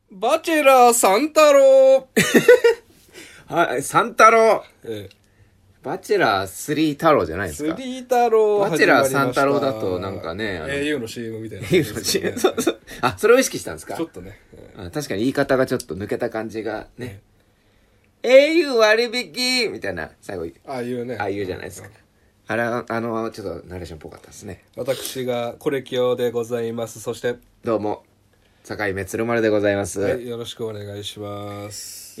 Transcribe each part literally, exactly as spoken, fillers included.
バチェラー三太郎はい、三太郎。 ええ、 バチェラースリー太郎じゃないですか。 スリー太郎バチェラー三太郎だとなんかね、 エーユー の シーエム みたいな、 エーユー の シーエム、そうそう。あ、それを意識したんですか。 ちょっとね、ええ、確かに言い方がちょっと抜けた感じがね。え、エーユー 割引みたいな、最後、 ああいうね。 ああいうじゃないですか。あれは、あの、ちょっとナレーションっぽかったですね。 私がコレキオでございます。そして、 どうも、坂井滅丸でございます。 はい、よろしくお願いします。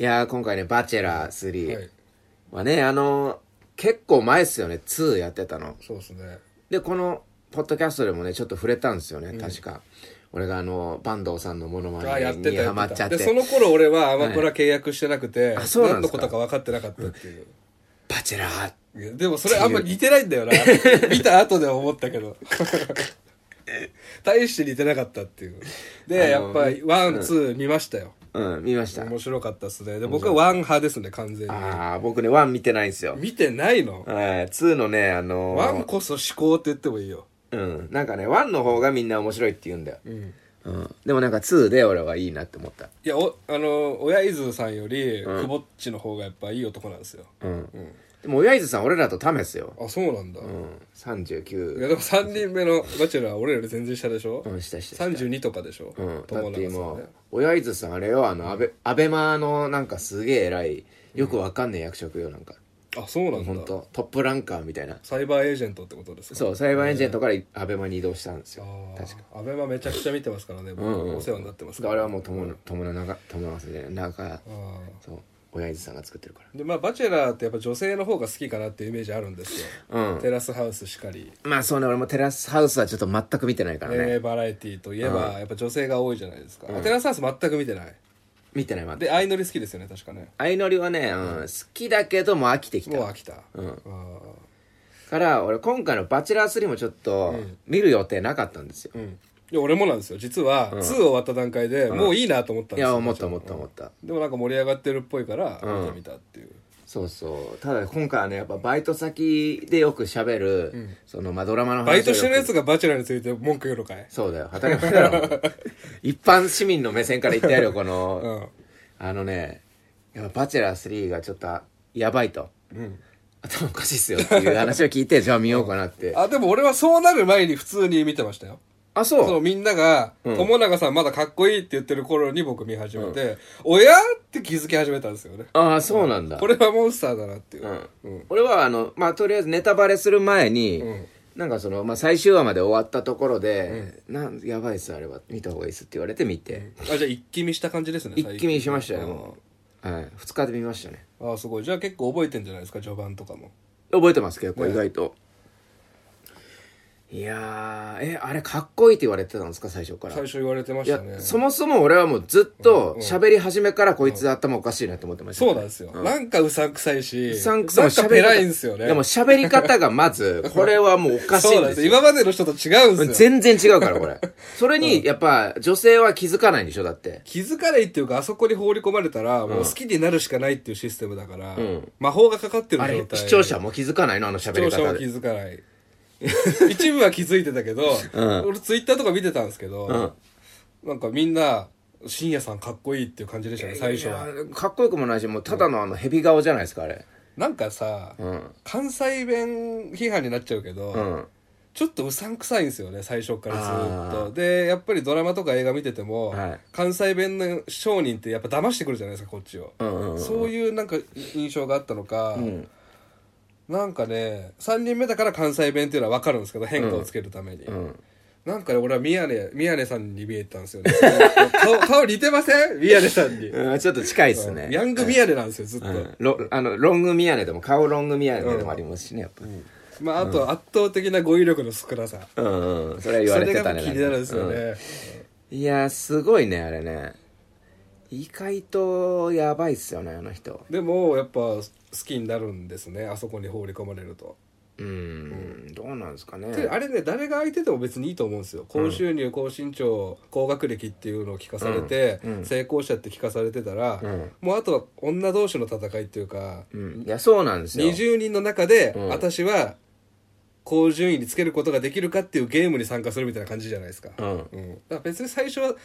いやー、今回ね、バチェラースリー。 はい。 はね、あの、結構前っすよね、ツーやってたの。 そうですね。 で、この、ポッドキャストでもね、ちょっと触れたんですよね、確か。俺があの、坂東さんのモノマああ、やってたネにハマっちゃって。 で、その頃俺はアマプラ契約してなくて、 あ、そうな何のんですか。 ことか分かってなかったっていう。 バチェラー。 いやでもそれあんま似てないんだよな。見た後で思ったけど。大して似てなかったっていう。で、やっぱりワン、ツー見ましたよ。 うん、見ました。 面白かったっすね。で、僕はワン派ですね、完全に。 ああ、僕ね、ワン見てないんですよ。 見てないの？ はい、ツーのね、あのー、 ワンこそ思考って言ってもいいよ。 うん、なんかね、ワンの方がみんな面白いって言うんだよ。 うん。 うん、でもなんかツーで俺はいいなって思った。 いや、お、あの、親伊豆さんより、くぼっちの方がやっぱいい男なんですよ。 うん。 うん。 でも親伊豆さん俺らとタメっすよ。 あ、そうなんだ。 うん。さんじゅうきゅう。 いや、でもさんにんめのバチェラー俺より全然下でしょ？ うん、したしたした。 さんじゅうにとかでしょ？ うん。だ友って今、 永さんね。 親伊豆さんあれよ、あの、アベ、アベマのなんかすげえ偉い、よくわかんねえ役職よ、なんか。 あ、そうなんだ。 ほんと、トップランカーみたいな。 サイバーエージェントってことですか？ そう、サイバーエージェントからアベマに移動したんですよ。 あ確か。 あ、アベマめちゃくちゃ見てますからね。僕うんうんお世話になってますから。 あれはもう友の、友の長、友の長で、なんか、 ああ。 そう、親伊豆さんが作ってるから。 で、まあ、バチェラーってやっぱ女性の方が好きかなっていうイメージあるんですよ。 うん。 テラスハウスしかり。 まあそうね、俺もテラスハウスはちょっと全く見てないからね。 恋愛バラエティといえば、やっぱ女性が多いじゃないですか。 うんテラスハウス全く見てない。 見てないまで、相乗り好きですよね、確かね。 相乗りはね、うん、好きだけどもう飽きてきた。 もう飽きた。 うん。 あから、俺今回のバチェラースリーもちょっとうん見る予定なかったんですよ。 ーうん。いや、俺もなんですよ。実は、 うんツー終わった段階でもういいなと思ったんですよ。 いや、思った思った思った。 でもなんか盛り上がってるっぽいから、 うん見てみたっていう。 そうそう。ただ今回はね、やっぱバイト先でよく喋る、 んその、まあ、ドラマの話をよくバイトしてるやつがバチェラーについて文句言うのかい？ そうだよ。当たり前だろ。一般市民の目線から言ってやるよ、この、 うん。 あのね、やっぱバチェラースリーがちょっとやばいと。 うん。 頭おかしいっすよっていう話を聞いて、じゃあ見ようかなって。 あ、でも俺はそうなる前に普通に見てましたよ。 あ、そうそう、みんなが、 うん友永さんまだかっこいいって言ってる頃に僕見始めて、おやって気づき始めたんですよね。 ああ、そうなんだ。 これはモンスターだなっていう。 うん。 うん。 俺はあの、まあ、とりあえずネタバレする前に、 うんなんかその、まあ、最終話まで終わったところで、なんやばいっす、あれは。見た方がいいっすって言われて見て。 あ、じゃあ一気見した感じですね。 一気見しましたよ、 最近もう。はい。二日で見ましたね。 ああ、すごい。じゃあ結構覚えてんじゃないですか、序盤とかも。 覚えてます、結構、 ね意外と。いやー、え、あれかっこいいって言われてたんですか、最初から。 最初言われてまいやしたね。 そもそも俺はもうずっと喋り始めからこいつ頭おかしいなと思ってました、 そうなんですよ。なんかうさんくさいし、 うさんくさいなんかペラいんですよね。 でも喋り方がまず、これはもうおかしいそうんなんですよ。 ですよ。 今までの人と違うんですよ。 全然違うから、これ。それに、やっぱ、女性は気づかないんでしょ、だって。 気づかないっていうか、あそこに放り込まれたら、もう好きになるしかないっていうシステムだから、 ん魔法がかかってるあれ状、態。 視聴者も気づかないのあの喋り視聴者も気方で。 づかない。一部は気づいてたけど、 うん俺ツイッターとか見てたんですけど、 うんなんかみんな、深夜さんかっこいいっていう感じでしたね、最初は。 いやかっこよくもないし、もうただのあの、ヘビ顔じゃないですか、あれ。 なんかさ、 うん。 関西弁批判になっちゃうけど、 うん。 ちょっとうさんくさいんですよね、最初からずっあと。で、やっぱりドラマとか映画見てても、 はい関西弁の商人ってやっぱ騙してくるじゃないですか、こっちを。 うんうんうん。 そういうなんか印象があったのか、 うん。 なんかね、さんにんめだから関西弁っていうのは分かるんですけど、変化をつけるために。 うん。 なんかね、俺は宮根、宮根さんに見えたんですよね。顔、顔似てません？宮根さんに。 うん、ちょっと近いっすね。 ヤング宮根なんですよ、ずっと。 うん。ロあの、ロングミヤネでも、顔ロングミヤネでもありますしね、やっぱ。 まあ、あと圧倒的な語彙力の少なさ。 うんうん。それは言われてたね。 それが気になるんですよね。 うんいや、すごいね、あれね。意外と、やばいっすよね、あの人。 でも、やっぱ好きになるんですね、あそこに放り込まれると。 うん、どうなんですかね。 であれね、誰が相手でも別にいいと思うんですよ。高収入、高身長、高学歴っていうのを聞かされて、 うんうん成功者って聞かされてたら、 うんもうあとは女同士の戦いっていうか、 うん、いや、そうなんですよ。 にじゅうにんの中で、 うん私は高順位につけることができるかっていうゲームに参加するみたいな感じじゃないですか。 うん。 うん、だから別に最初は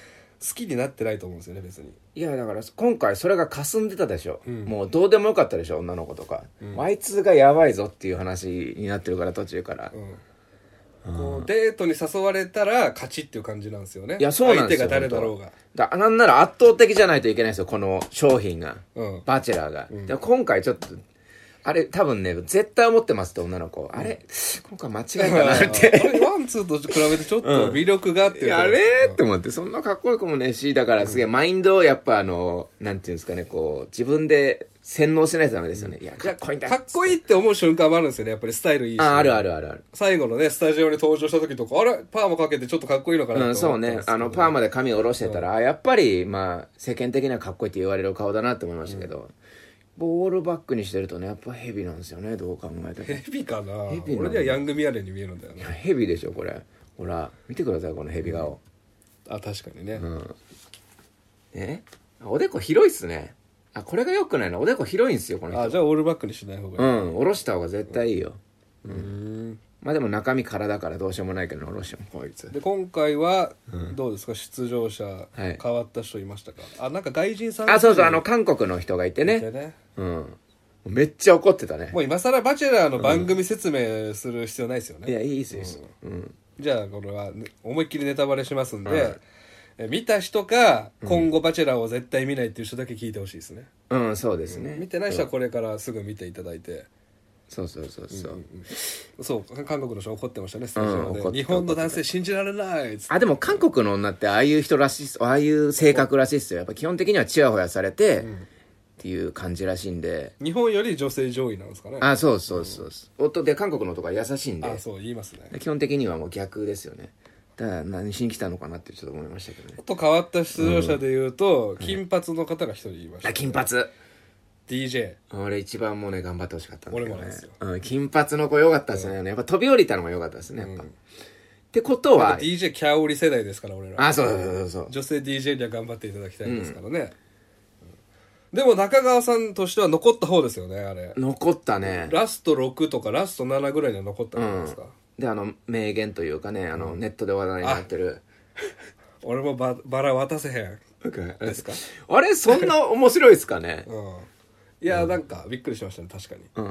きになってないと思うんですよね別に。 いやだから今回それが霞んでたでしょ、うん、もうどうでもよかったでしょ女の子とか、うん、あいつがやばいぞっていう話になってるから途中から、 うん、こうデートに誘われたら勝ちっていう感じなんですよね。 いやそうなんですよ。 相手が誰だろうがだなんなら圧倒的じゃないといけないんですよこの商品が、うん、バチェラーが、うん、でも今回ちょっとあれ多分ね絶対思ってますって女の子、うん、あれ今回間違えたなってワンツーと比べてちょっと魅力があっていう、 うん、あれって思ってそんなかっこよくもねえしだからすげえマインドをやっぱあのなんていうんですかねこう自分で洗脳しないとダメですよね、うん、いやかっこいいんだかっこいいって思う瞬間もあるんですよねやっぱりスタイルいいし。 ああるあるあるある。 最後のねスタジオに登場した時とかあれパーマかけてちょっとかっこいいのかなって思ったんですけど、 うん、そうねあのパーマで髪を下ろしてたら、うん、やっぱりまあ世間的にはかっこいいって言われる顔だなって思いましたけど、うんボールバックにしてるとねやっぱヘビなんですよねどう考えても。 ヘビかな。ヘビ俺にはヤングミヤネに見えるんだよね。 ヘビでしょこれほら見てくださいこのヘビ顔、 うん、あ確かにね、うん、 えおでこ広いっすね。あこれが良くないのおでこ広いんすよこの人。 あじゃあオールバックにしない方がいい。 うん下ろした方が絶対いいよ、うん、うんまあでも中身空だからどうしようもないけど下ろしてもこいつで今回はどうですか、うん、出場者、はい、変わった人いましたか。あなんか外人さんあそうそうあの韓国の人がいてね、いてねうんめっちゃ怒ってたね。 もう今更バチェラーの番組説明する必要ないですよね、 うん、いやいいですよ、うんうん、 じゃあこれは、ね、思いっきりネタバレしますんで、うんえ見た人か今後バチェラーを絶対見ないっていう人だけ聞いてほしいですね。 うんそうですね、 うん、見てない人はこれからすぐ見ていただいて。 そうそうそうそう、うんうん、そう韓国の人怒ってましたねスタジオで、うん、日本の男性信じられないっつって。 あでも韓国の女ってああいう人らしいっすああいう性格らしいっすよやっぱ基本的にはチヤホヤされて、うん、っていう感じらしいんで日本より女性上位なんですかね。 あそうそうそう、うん、夫で韓国の男は優しいんであそう言いますね基本的にはもう逆ですよね。だから何しに来たのかなってちょっと思いましたけどね。 と変わった出場者でいうと、うん、金髪の方が一人いました、ね、 あ金髪ディージェー俺一番もうね頑張ってほしかったんだけどね。 俺もなんですよ、 うん、金髪の子良かったですね、うん、やっぱ飛び降りたのも良かったですねやっぱ、うん、ってことはディージェー キャオリ世代ですから俺ら。 あそうそうそうそう女性 ディージェー には頑張っていただきたいですからね、うん、でも中川さんとしては残った方ですよねあれ。 残ったね。 ラストろくとかラストななぐらいには残ったんじゃないですか、うん、 であの名言というかねあの、うん、ネットで話題になってる俺もババラ渡せへんですかあれそんな面白いですかね、 うんいや、うん、なんかびっくりしましたね確かに、うんうん、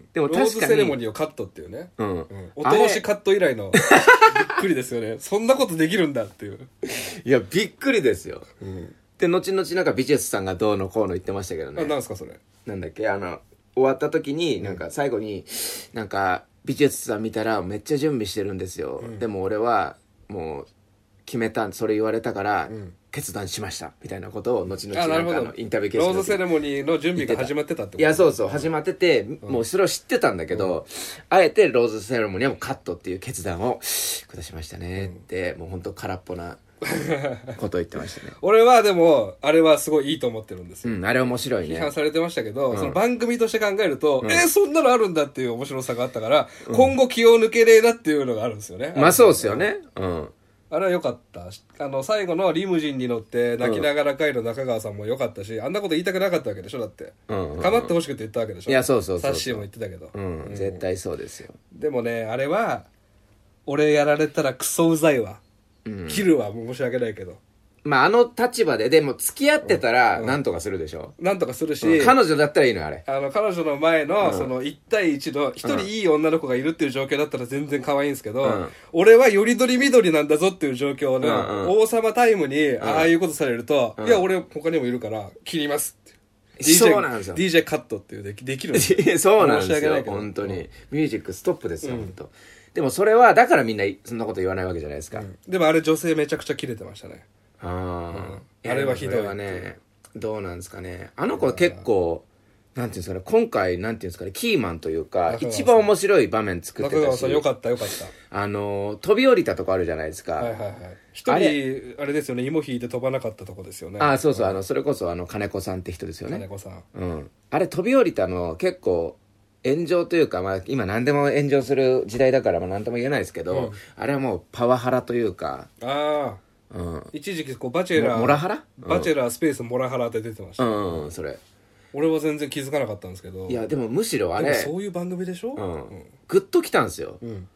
でも確かにローズセレモニーをカットっていうね、うんうん、お通しカット以来のびっくりですよねそんなことできるんだっていう。 いやびっくりですよ、うん、で後々なんか美術さんがどうのこうの言ってましたけどね。 あなんすかそれ。 なんだっけあの終わった時になんか最後に、うん、なんか美術さん見たらめっちゃ準備してるんですよ、うん、でも俺はもう決めたそれ言われたから、うん決断しましたみたいなことを後々なんかのインタビュー形式ローズセレモニーの準備が始まってたってこと。 いやそうそう始まってて、うん、もうそれを知ってたんだけど、うん、あえてローズセレモニーはもうカットっていう決断を下しましたねって、うん、もう本当空っぽなことを言ってましたね俺はでもあれはすごいいいと思ってるんですよ、 うん、あれ面白いね。 批判されてましたけど、うん、その番組として考えると、うん、えー、そんなのあるんだっていう面白さがあったから、うん、今後気を抜けねえなっていうのがあるんですよね。 まあそうですよね。うんあれは良かった。あの最後のリムジンに乗って泣きながら帰る中川さんも良かったし、あんなこと言いたくなかったわけでしょだって、うんうんうん、かまってほしくて言ったわけでしょ。 いやそうそうそうそうサッシーも言ってたけど、 うんうん、絶対そうですよ。 でもねあれは俺やられたらクソうざいわ、うん、切るわ申し訳ないけど。 まああの立場ででも付き合ってたら何とかするでしょ、 うん、なんとかするし、 うん、彼女だったらいいのあれ。 あの彼女の前のそのいち対いちの一人いい女の子がいるっていう状況だったら全然可愛いんですけど、うん、俺はよりどりみどりなんだぞっていう状況の、うんうん、王様タイムにああいうことされると、うん、いや俺他にもいるから切りますって、ディージェー、 そうなんですよディージェー カットっていうできできるんですよそうなんですよ本当に、うん、ミュージックストップですよ、うん、本当。でもそれはだからみんなそんなこと言わないわけじゃないですか、うん、 でもあれ女性めちゃくちゃキレてましたね。 あ、 うん、あれはひどい。 はねどうなんですかね。あの子結構なんていうんですかね今回なんていうんですかねキーマンというか一番面白い場面作ってたし。 中川さんよかったよかった。 あの飛び降りたとこあるじゃないですか。 はいはいはい。一人あれ、あれですよね芋引いて飛ばなかったとこですよね。 あそうそう、うん、あのそれこそあの金子さんって人ですよね。 金子さん。 うん。あれ飛び降りたの結構炎上というか、まあ、今何でも炎上する時代だからまあ何とも言えないですけど、うん、あれはもうパワハラというか。 ああ。うん、一時期こうバチェラーモラハラ、 うん、バチェラースペースモラハラって出てました、 うんうん、それ俺は全然気づかなかったんですけど。 いやでもむしろあれそういう番組でしょ、うんうん、グッときたんですよ、うん、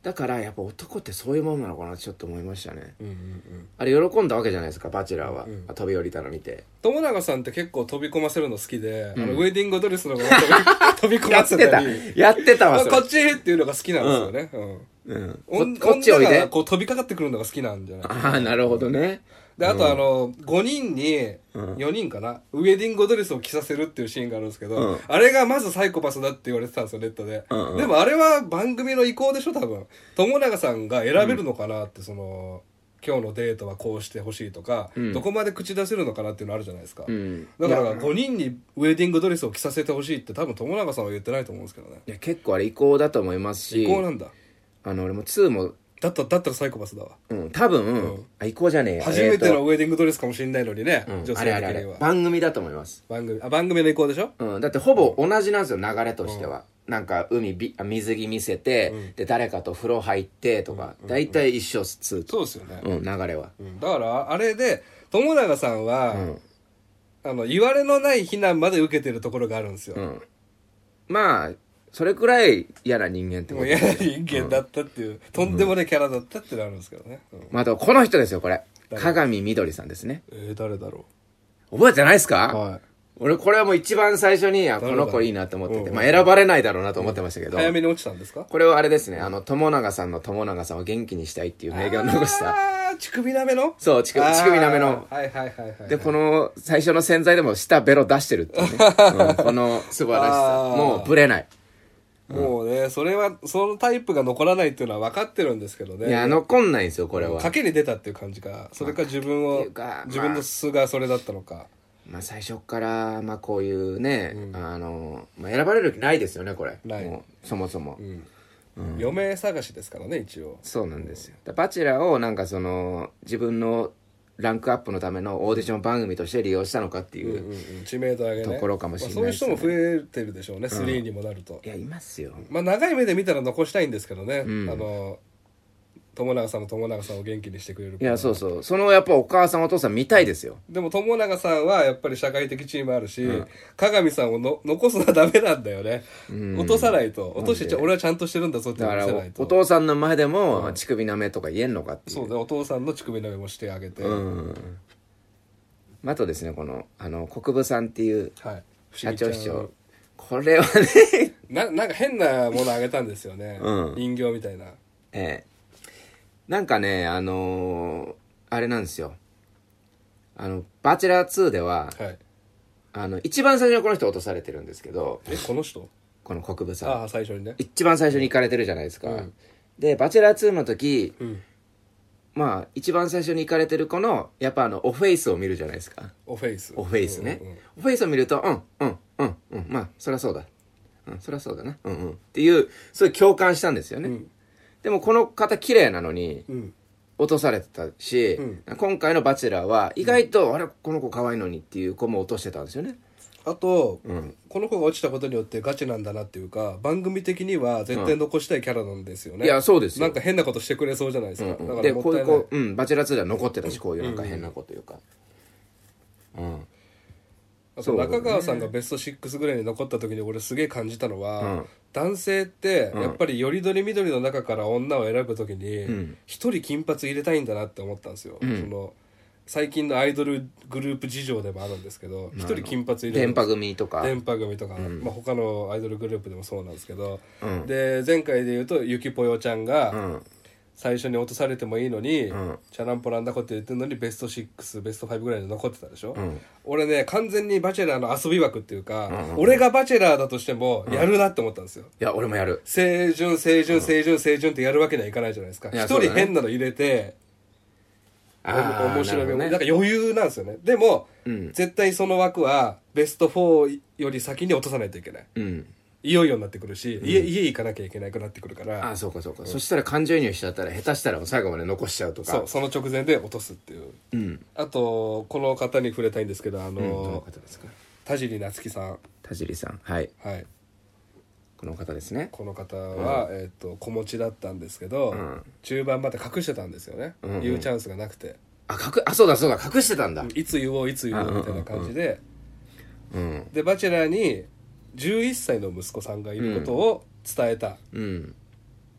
だからやっぱ男ってそういうもんなのかなってちょっと思いましたね、 うんうんうん、 あれ喜んだわけじゃないですかバチェラーは、 うん、 飛び降りたの見て。 友永さんって結構飛び込ませるの好きで、うん、あのウェディングドレスの飛び飛び込ませたりやってたわこっちっていうのが好きなんですよね、うんうん、こ, こっちおいでこう飛びかかってくるのが好きなんじゃないですか。 ああなるほどね。 であと、うん、あのごにんによにんかな、うん、ウェディングドレスを着させるっていうシーンがあるんですけど、うん、あれがまずサイコパスだって言われてたんですよネットで、うんうん、でもあれは番組の意向でしょ多分。友永さんが選べるのかなって、その今日のデートはこうしてほしいとか、うん、どこまで口出せるのかなっていうのあるじゃないですか、うん、だからごにんにウェディングドレスを着させてほしいって多分友永さんは言ってないと思うんですけどね。 いや結構あれ意向だと思いますし。 意向なんだ。 あの俺もツーもだっただったらサイコパスだわ。 うん多分、うん、あ意向じゃねえや初めてのウェディングドレスかもしれないのにね、 うん、 女性的にはあれあれあれ番組だと思います。 番組あ番組の意向でしょ、 うん、だってほぼ同じなんですよ流れとしては、うん、なんか海び水着見せて、うん、で誰かと風呂入ってとか、うん、大体一緒ツーと、 そうですよね、 うん、流れは、 うん、だからあれで友永さんは、うん、あの言われのない非難まで受けてるところがあるんですよ、うん、 まあそれくらい嫌な人間ってこともう嫌な人間だったっていう、うん、とんでもないキャラだったってなるんですけどね、うん、 まあ、あとこの人ですよこれ鏡みどりさんですね。 えー、誰だろう覚えてないですか？ はい。 俺これはもう一番最初にあこの子いいなって思ってて、うんうん、まあ選ばれないだろうなと思ってましたけど、 うん、早めに落ちたんですか？ これはあれですね、あの友永さんの友永さんを元気にしたいっていう名言を残した。 ああ乳首なめの？ そう乳首乳首なめの。 はいはいはいはい、はい、 でこの最初の洗剤でも下ベロ出してるっていうね、うん、この素晴らしさもうブレない。 もうね、それはそのタイプが残らないっていうのは分かってるんですけどね。 いや残んないんですよこれは。 賭けに出たっていう感じか、それか自分を、まあ、自分の素がそれだったのか。 まあ最初からまあこういうね、うん、あの、まあ、選ばれる気ないですよねこれ。 ない。 もうそもそも、 うんうん、嫁探しですからね一応。 そうなんですよ。バチェラーをなんかその自分のランクアップのためのオーディション番組として利用したのかっていう、うんうんうん、 知名度上げね、 ところかもしれないですね。 まあ、そういう人も増えてるでしょうね、うん、スリーにもなると。 いやいますよ。 まあ長い目で見たら残したいんですけどね、 うん、 あの友永さんの友永さんを元気にしてくれる。 いやそうそうそのやっぱお母さんお父さん見たいですよ。 でも友永さんはやっぱり社会的地位もあるし、うん、鏡さんをの残すのはダメなんだよね、うん、落とさないと。落としてちゃ俺はちゃんとしてるんだぞって見せないと。だからお父さんの前でも、うん、乳首なめとか言えんのかっていう。 そうね、お父さんの乳首なめもしてあげて、うん、 あとですねこのあの国分さんっていう社長秘書、はい、これはねな, なんか変なものあげたんですよね、うん、人形みたいな。 ええなんかねあのー、あれなんですよ、あのバチェラーツーでは、はい、あの一番最初にこの人落とされてるんですけど。 えこの人この国分さん。 ああ最初にね一番最初に行かれてるじゃないですか、うん、でバチェラーツーの時、うん、まあ一番最初に行かれてる子のやっぱあのオフェイスを見るじゃないですか。 オフェイスオフェイスね、うんうん、オフェイスを見るとうんうんうんうんまあそりゃそうだうんそりゃそうだなうんうんっていうそういう共感したんですよね、うん、でもこの方綺麗なのに、うん落とされてたし、うん、今回のバチェラーは意外と、うん、あれこの子可愛いのにっていう子も落としてたんですよね。 あと、うん、この子が落ちたことによってガチなんだなっていうか番組的には絶対残したいキャラなんですよね、うん、 いやそうですよ。 なんか変なことしてくれそうじゃないですか、うんうん、だからもったいない。でこういう子、 うん、バチェラーツーでは残ってたし、こういうなんか変な子というか、うん、うん、 あと中川さんがベストろくぐらいに残った時に俺すげえ感じたのは、うん、男性ってやっぱりよりどりみどりの中から女を選ぶ時に一人金髪入れたいんだなって思ったんですよ、うん、その最近のアイドルグループ事情でもあるんですけど一人金髪入れる電波組とか電波組とか、うんまあ、他のアイドルグループでもそうなんですけど、うん、で前回で言うとゆきぽよちゃんが、うん最初に落とされてもいいのに、うん、チャランポランなこと言ってるのにベストろくベストごぐらいで残ってたでしょ、うん、俺ね完全にバチェラーの遊び枠っていうか、うんうん、俺がバチェラーだとしてもやるなって思ったんですよ、うん、 いや俺もやる。 清純清純清純清純ってやるわけにはいかないじゃないですか。一人変なの入れて面白い、ね、なんか余裕なんですよね。でも、うん、絶対その枠はベストよんより先に落とさないといけない、うんいよいよになってくるし、うん、家, 家行かなきゃいけなくなってくるから。 ああそうかそうか、うん、そしたら感情移入しちゃったら下手したら最後まで残しちゃうとか。 そうその直前で落とすっていう、うん、あとこの方に触れたいんですけどあの、うん、どの方ですか。田尻夏樹さん。 田尻さんはい、 はい、 この方ですね。 この方は、うんえー、と子持ちだったんですけど、うん、中盤まで隠してたんですよね、うんうん、言うチャンスがなくて。 あ隠あそうだそうだ隠してたんだ。 いつ言おういつ言おうみたいな感じで、うんうんうん、でバチェラーにじゅういっさいの息子さんがいることを伝えた、うん、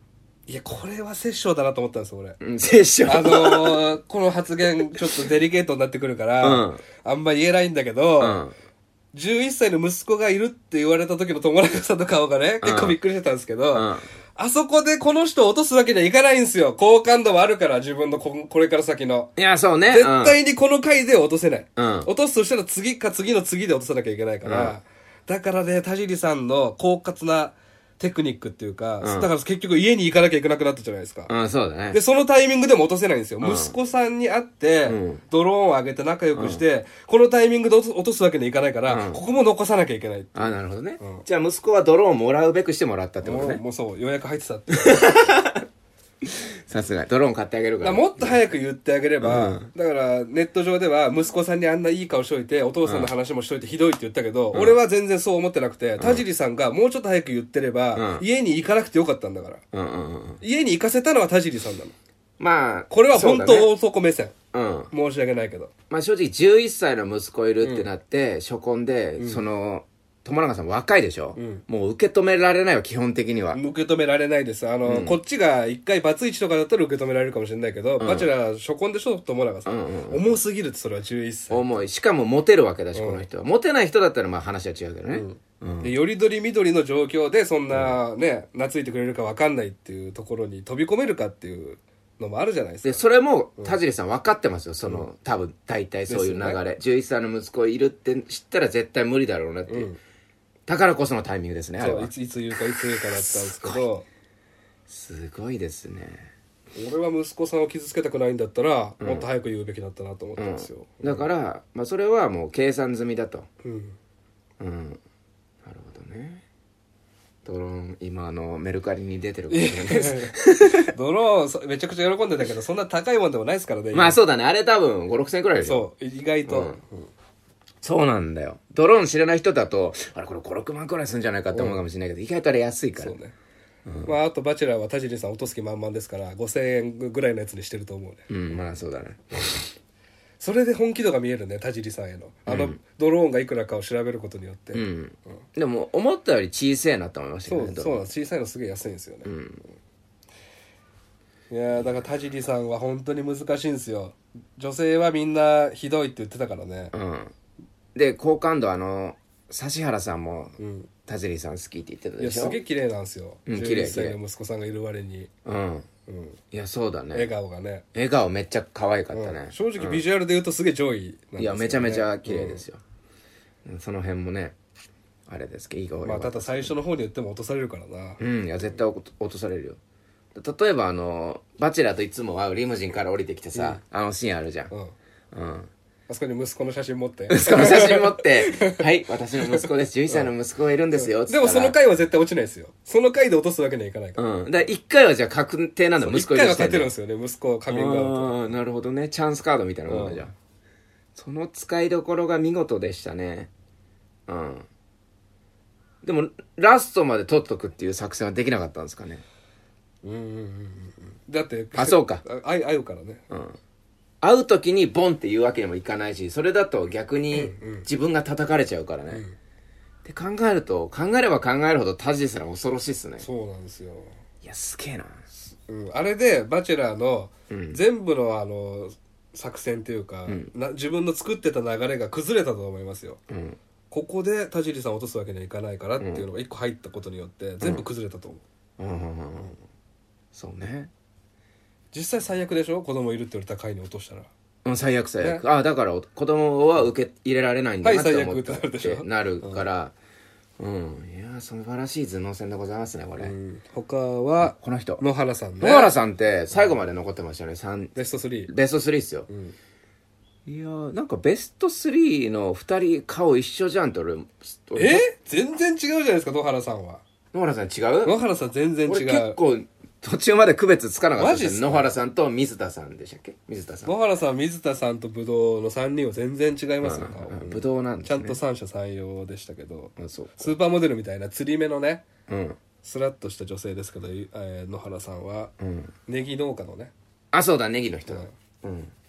いやこれは殺生だなと思ったんですよ俺。 うん、殺生。 あのー、この発言ちょっとデリケートになってくるから、うん、あんま言えないんだけど、うん、じゅういっさいの息子がいるって言われた時の友中さんの顔がね、結構びっくりしてたんですけど、うん、あそこでこの人を落とすわけにはいかないんですよ。好感度もあるから、自分の こ, これから先の。 いや、そうね。 絶対にこの回では落とせない。 うん、 落とすとしたら次か次の次で落とさなきゃいけないから、うん、だからね、田尻さんの狡猾なテクニックっていうか、うん、だから結局家に行かなきゃいけなくなったじゃないですか。 うん、そうだね。 で、そのタイミングでも落とせないんですよ。うん、息子さんに会って、うん、ドローンを上げて仲良くして、うん、このタイミングで落とすわけにはいかないから、うん、ここも残さなきゃいけない。 あ、なるほどね。うん、じゃあ息子はドローンをもらうべくしてもらったってことね。 もう、もうそう、予約入ってたって。 さすがドローン買ってあげるから。 だからもっと早く言ってあげれば、うん、だからネット上では息子さんにあんないい顔しといてお父さんの話もしといてひどいって言ったけど、うん、俺は全然そう思ってなくて、うん、田尻さんがもうちょっと早く言ってれば、うん、家に行かなくてよかったんだから、うんうんうん、家に行かせたのは田尻さんなの。 まあこれは本当男目線、うん、申し訳ないけど、 まあ正直じゅういっさいの息子いるってなって、うん、初婚で、うん、その友永さん若いでしょ、うん、もう受け止められないわ基本的には。 受け止められないです。あの、うん、こっちが一回バツイチとかだったら受け止められるかもしれないけど、うん、バチェラー初婚でしょ友永さん、うんうん、重すぎるって。それはじゅういっさい重い。しかもモテるわけだし、うん、この人はモテない人だったらまあ話は違うけどね、 うんうん、でよりどりみどりの状況でそんなね、うん、懐いてくれるか分かんないっていうところに飛び込めるかっていうのもあるじゃないですか。 でそれも田尻さん分かってますよ。その、うん、多分大体そういう流れ、ね、じゅういっさいの息子いるって知ったら絶対無理だろうなっていう、うん、だからこそのタイミングですね。あれはいついつ言うかいつ言うかだったんですけど、 すごいですね。 俺は息子さんを傷つけたくないんだったら、うん、もっと早く言うべきだったなと思ったんですよ、 うん、だから、まあ、それはもう計算済みだと、うん、うん、なるほどね。ドローン今のメルカリに出てることですドローンめちゃくちゃ喜んでたけどそんな高いもんでもないですからね。 まあそうだね、あれ多分ごろくせんえんくらいでしょ。 そう意外と、うんうん、 そうなんだよ。ドローン知らない人だとあれこれごろくまんくらいするんじゃないかって思うかもしれないけど、意外とあれ安いから。そうね、 うん、まああとバチェラーは田尻さん落とす気満々ですからごせんえんぐらいのやつにしてると思うね。 うん、まあそうだねそれで本気度が見えるね田尻さんへのあの、うん、ドローンがいくらかを調べることによって、うんうん、 でも思ったより小さいなと思いましたけどね。 そうそうなん小さいのすげえ安いんですよね、うん、いやだから田尻さんは本当に難しいんですよ。女性はみんなひどいって言ってたからね、 うん、で好感度あの指原さんも、うん田尻さん好きって言ってたでしょ。 いやすげえ綺麗なんですよ、うん、じゅういっさいの息子さんがいる割に、 うん、うん、いやそうだね。 笑顔がね笑顔めっちゃ可愛かったね、 うん、正直ビジュアルで言うとすげえ上位なんですよ、ね、 いやめちゃめちゃ綺麗ですよ、うん、その辺もねあれですけどいい顔。 まあただ最初の方に言っても落とされるからな。 うんいや絶対落とされるよ。例えばあのバチェラーといつも会うリムジンから降りてきてさ、うん、あのシーンあるじゃん、うん、うんあそこに息子の写真持って息子の写真持ってはい私の息子ですじゅういっさいの息子がいるんですよ、うん、 でもその回は絶対落ちないですよ。その回で落とすわけにはいかないから、 うん、だからいっかいはじゃあ確定なんだ。息子いるいっかいは勝てるんですよね息子カミングアウト。 ああなるほどね。チャンスカードみたいなもんだじゃん、うん、その使いどころが見事でしたね。うんでもラストまで取っとくっていう作戦はできなかったんですかね。 うんうんうんうんだってあそうか会うからね、 うん会う時にボンって言うわけにもいかないし、それだと逆に自分が叩かれちゃうからね、うんうん、って考えると考えれば考えるほど田尻さん恐ろしいっすね。 そうなんですよ。 いやすげえな、 うん、あれでバチェラーの全部のあの作戦というか、うん、な自分の作ってた流れが崩れたと思いますよ、うん、ここで田尻さんを落とすわけにはいかないからっていうのが一個入ったことによって全部崩れたと思う、うんうんうんうん、 そうね。 実際最悪でしょ子供いるって言われた回に落としたら。 うん最悪最悪、ね、あだから子供は受け入れられないんだなって思ってなるから、うん、うん、いや素晴らしい頭脳戦でございますねこれ、うん、 他はこの人野原さんね。 野原さんって最後まで残ってましたね、うん、 ベストスリーベストスリーっすよ、うん、いやなんかベストスリーのふたり顔一緒じゃんって俺え全然違うじゃないですか野原さんは。 野原さん違う。 野原さん全然違う。 俺結構途中まで区別つかなかったです。野原さんと水田さんでしたっけ。水田さん野原さん水田さんとブドウのさんにんは全然違いますよ、 うん、ブドウなんですね。 ちゃんと三者三様でしたけど、うん、そうスーパーモデルみたいな釣り目のね、うん、スラッとした女性ですけど、えー、野原さんは、うん、ネギ農家のねあそうだネギの人だ、うん、うん、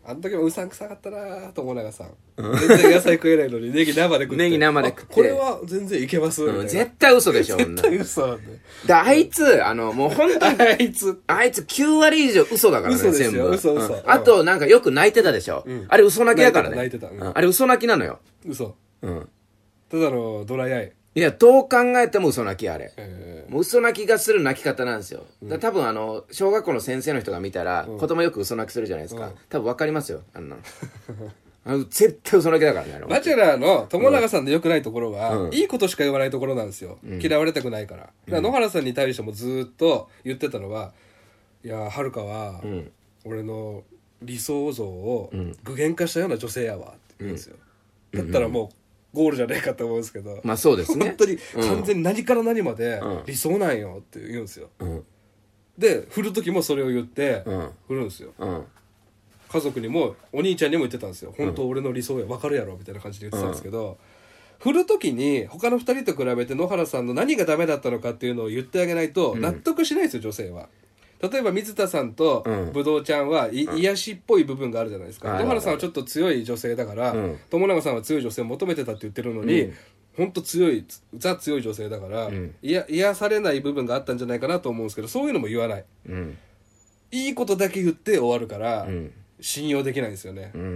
あの時もうさんくさかったな友永さん全然野菜食えないのにネギ生で食ってネギ生で食ってこれは全然いけますみたいな、 うん、絶対嘘でしょ絶対嘘なんだよであいつあのもう本当にあいつあいつきゅうわり以上嘘だからね嘘ですよ全部嘘嘘うんあとなんかよく泣いてたでしょ、うん、あれ嘘泣きだからね泣いてた泣いてた、うんうんあれ嘘泣きなのよ嘘うんただのドライアイいやどう考えても嘘泣きあれ、 えー、 もう嘘泣きがする泣き方なんですよ、うん、だ多分あの小学校の先生の人が見たら、うん、子供よく嘘泣きするじゃないですか、うん、多分分かりますよあんなのあの絶対嘘泣きだからねあれバチェラーの友永さんの良くないところは、うん、いいことしか言わないところなんですよ、うん、嫌われたくないから、だから野原さんに対してもずっと言ってたのは、いやはるかは、うん、俺の理想像を具現化したような女性やわって言うんですよ、うん、だったらもうゴールじゃねえかと思うんですけど、 まあそうですね本当に完全に何から何まで理想なんよって言うんですよ、うん、で振る時もそれを言って振るんですよ、うん、家族にもお兄ちゃんにも言ってたんですよ、本当俺の理想や分かるやろみたいな感じで言ってたんですけど、うん、振る時に他のふたりと比べて野原さんの何がダメだったのかっていうのを言ってあげないと納得しないですよ、女性は。例えば水田さんとぶどうちゃんは、うん、癒しっぽい部分があるじゃないですか、うん、野原さんはちょっと強い女性だから、うん、友永さんは強い女性を求めてたって言ってるのに、うん、本当強いザ強い女性だから、うん、いや癒されない部分があったんじゃないかなと思うんですけど、そういうのも言わない、うん、いいことだけ言って終わるから、うん、信用できないんですよね、うんうんうん、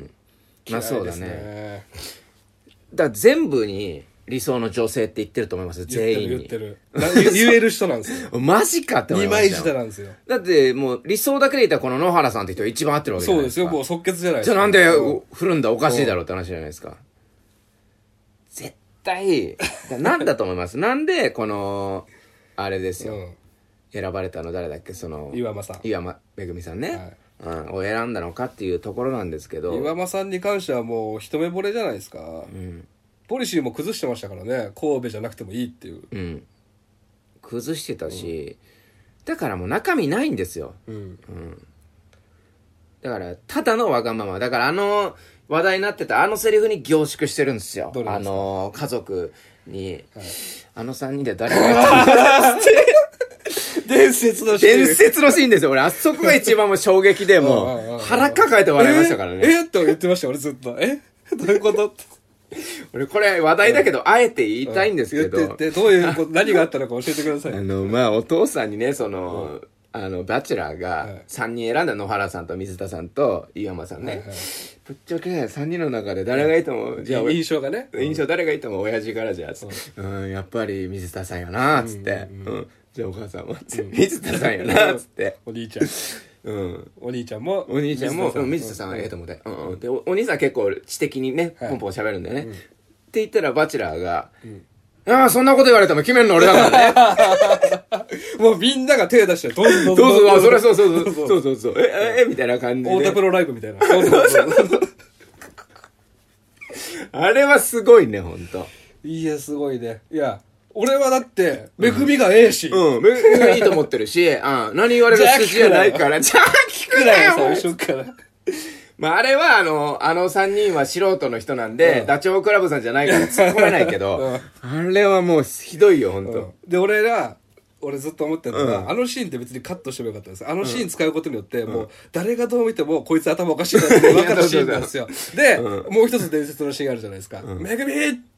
まあそうだね。だから全部に理想の女性って言ってると思います全員に。 言ってる言ってる言える人なんですよマジかって思いました。 二枚舌なんですよ。 だってもう理想だけで言ったらこの野原さんって人が一番合ってるわけじゃないですか。 そうですよ、もう即決じゃないですか。 じゃあなんで振るんだおかしいだろうって話じゃないですか。絶対なんだと思いますなんでこのあれですよ、うん、選ばれたの誰だっけ、その岩間さん岩間めぐみさんね、はい、うん、を選んだのかっていうところなんですけど、 岩間さんに関してはもう一目惚れじゃないですか、うん、ポリシーも崩してましたからね、神戸じゃなくてもいいっていう、うん、 崩してたし、うん、だからもう中身ないんですよ、うんうん、だからただのわがままだから、あの話題になってたあのセリフに凝縮してるんですよ。ですあの家族に、はい、あのさんにんで誰がやったんって伝説のシーン伝説のシーンですよ。俺あそこが一番もう衝撃でもう腹抱えて笑いましたからね。 えー、えー、って言ってました俺ずっと。えどういうことって俺これ話題だけど、うん、あえて言いたいんですけど、 言って言ってどういうこと何があったのか教えてください。 あのまあお父さんにね、その、うんあのバチェラーがさんにん選んだ、野原さんと水田さんと井山さんね、はいはい、ぶっちゃけさんにんの中で誰がいいと思う、うん、 じゃあ印象がね、 印象誰がいいと思う、親父からじゃあつって、うん、うん、やっぱり水田さんよなつって、うんうんうん、じゃあお母さんも、うん、水田さんよなつってお兄ちゃんうん、お兄ちゃんもお兄ちゃんも水田さんはええと思って、うんうん、で お, お兄さんは結構知的にね、はい、ポンポン喋るんだよね、うん、って言ったらバチェラーが、うんああ、そんなこと言われても決めるの俺だからね。もうみんなが手出して、どうぞどうぞ。 どうぞ、あ、それそうそうそう。そうそうそう。え、え、みたいな感じで。 太田プロライブみたいな。そうそうそう。 あれはすごいね、ほんと。 いや、すごいね。いや、俺はだって、めぐみがええし。 うん、めぐみがいいと思ってるし、うん、何言われる筋じゃないから、じゃあ聞くなよ、 最初から。 まあ、あれは、あの、あの三人は素人の人なんで、うん、ダチョウ倶楽部さんじゃないから突っ込めないけど、うん、あれはもうひどいよ、ほんと。うん、 で、俺が、俺ずっと思ってるのが、うん、あのシーンって別にカットしてもよかったんです。あのシーン使うことによって、うん、もう、誰がどう見ても、こいつ頭おかしいなって分かるシーンなんですよ。で、うん、もう一つ伝説のシーンがあるじゃないですか。めぐみめぐみ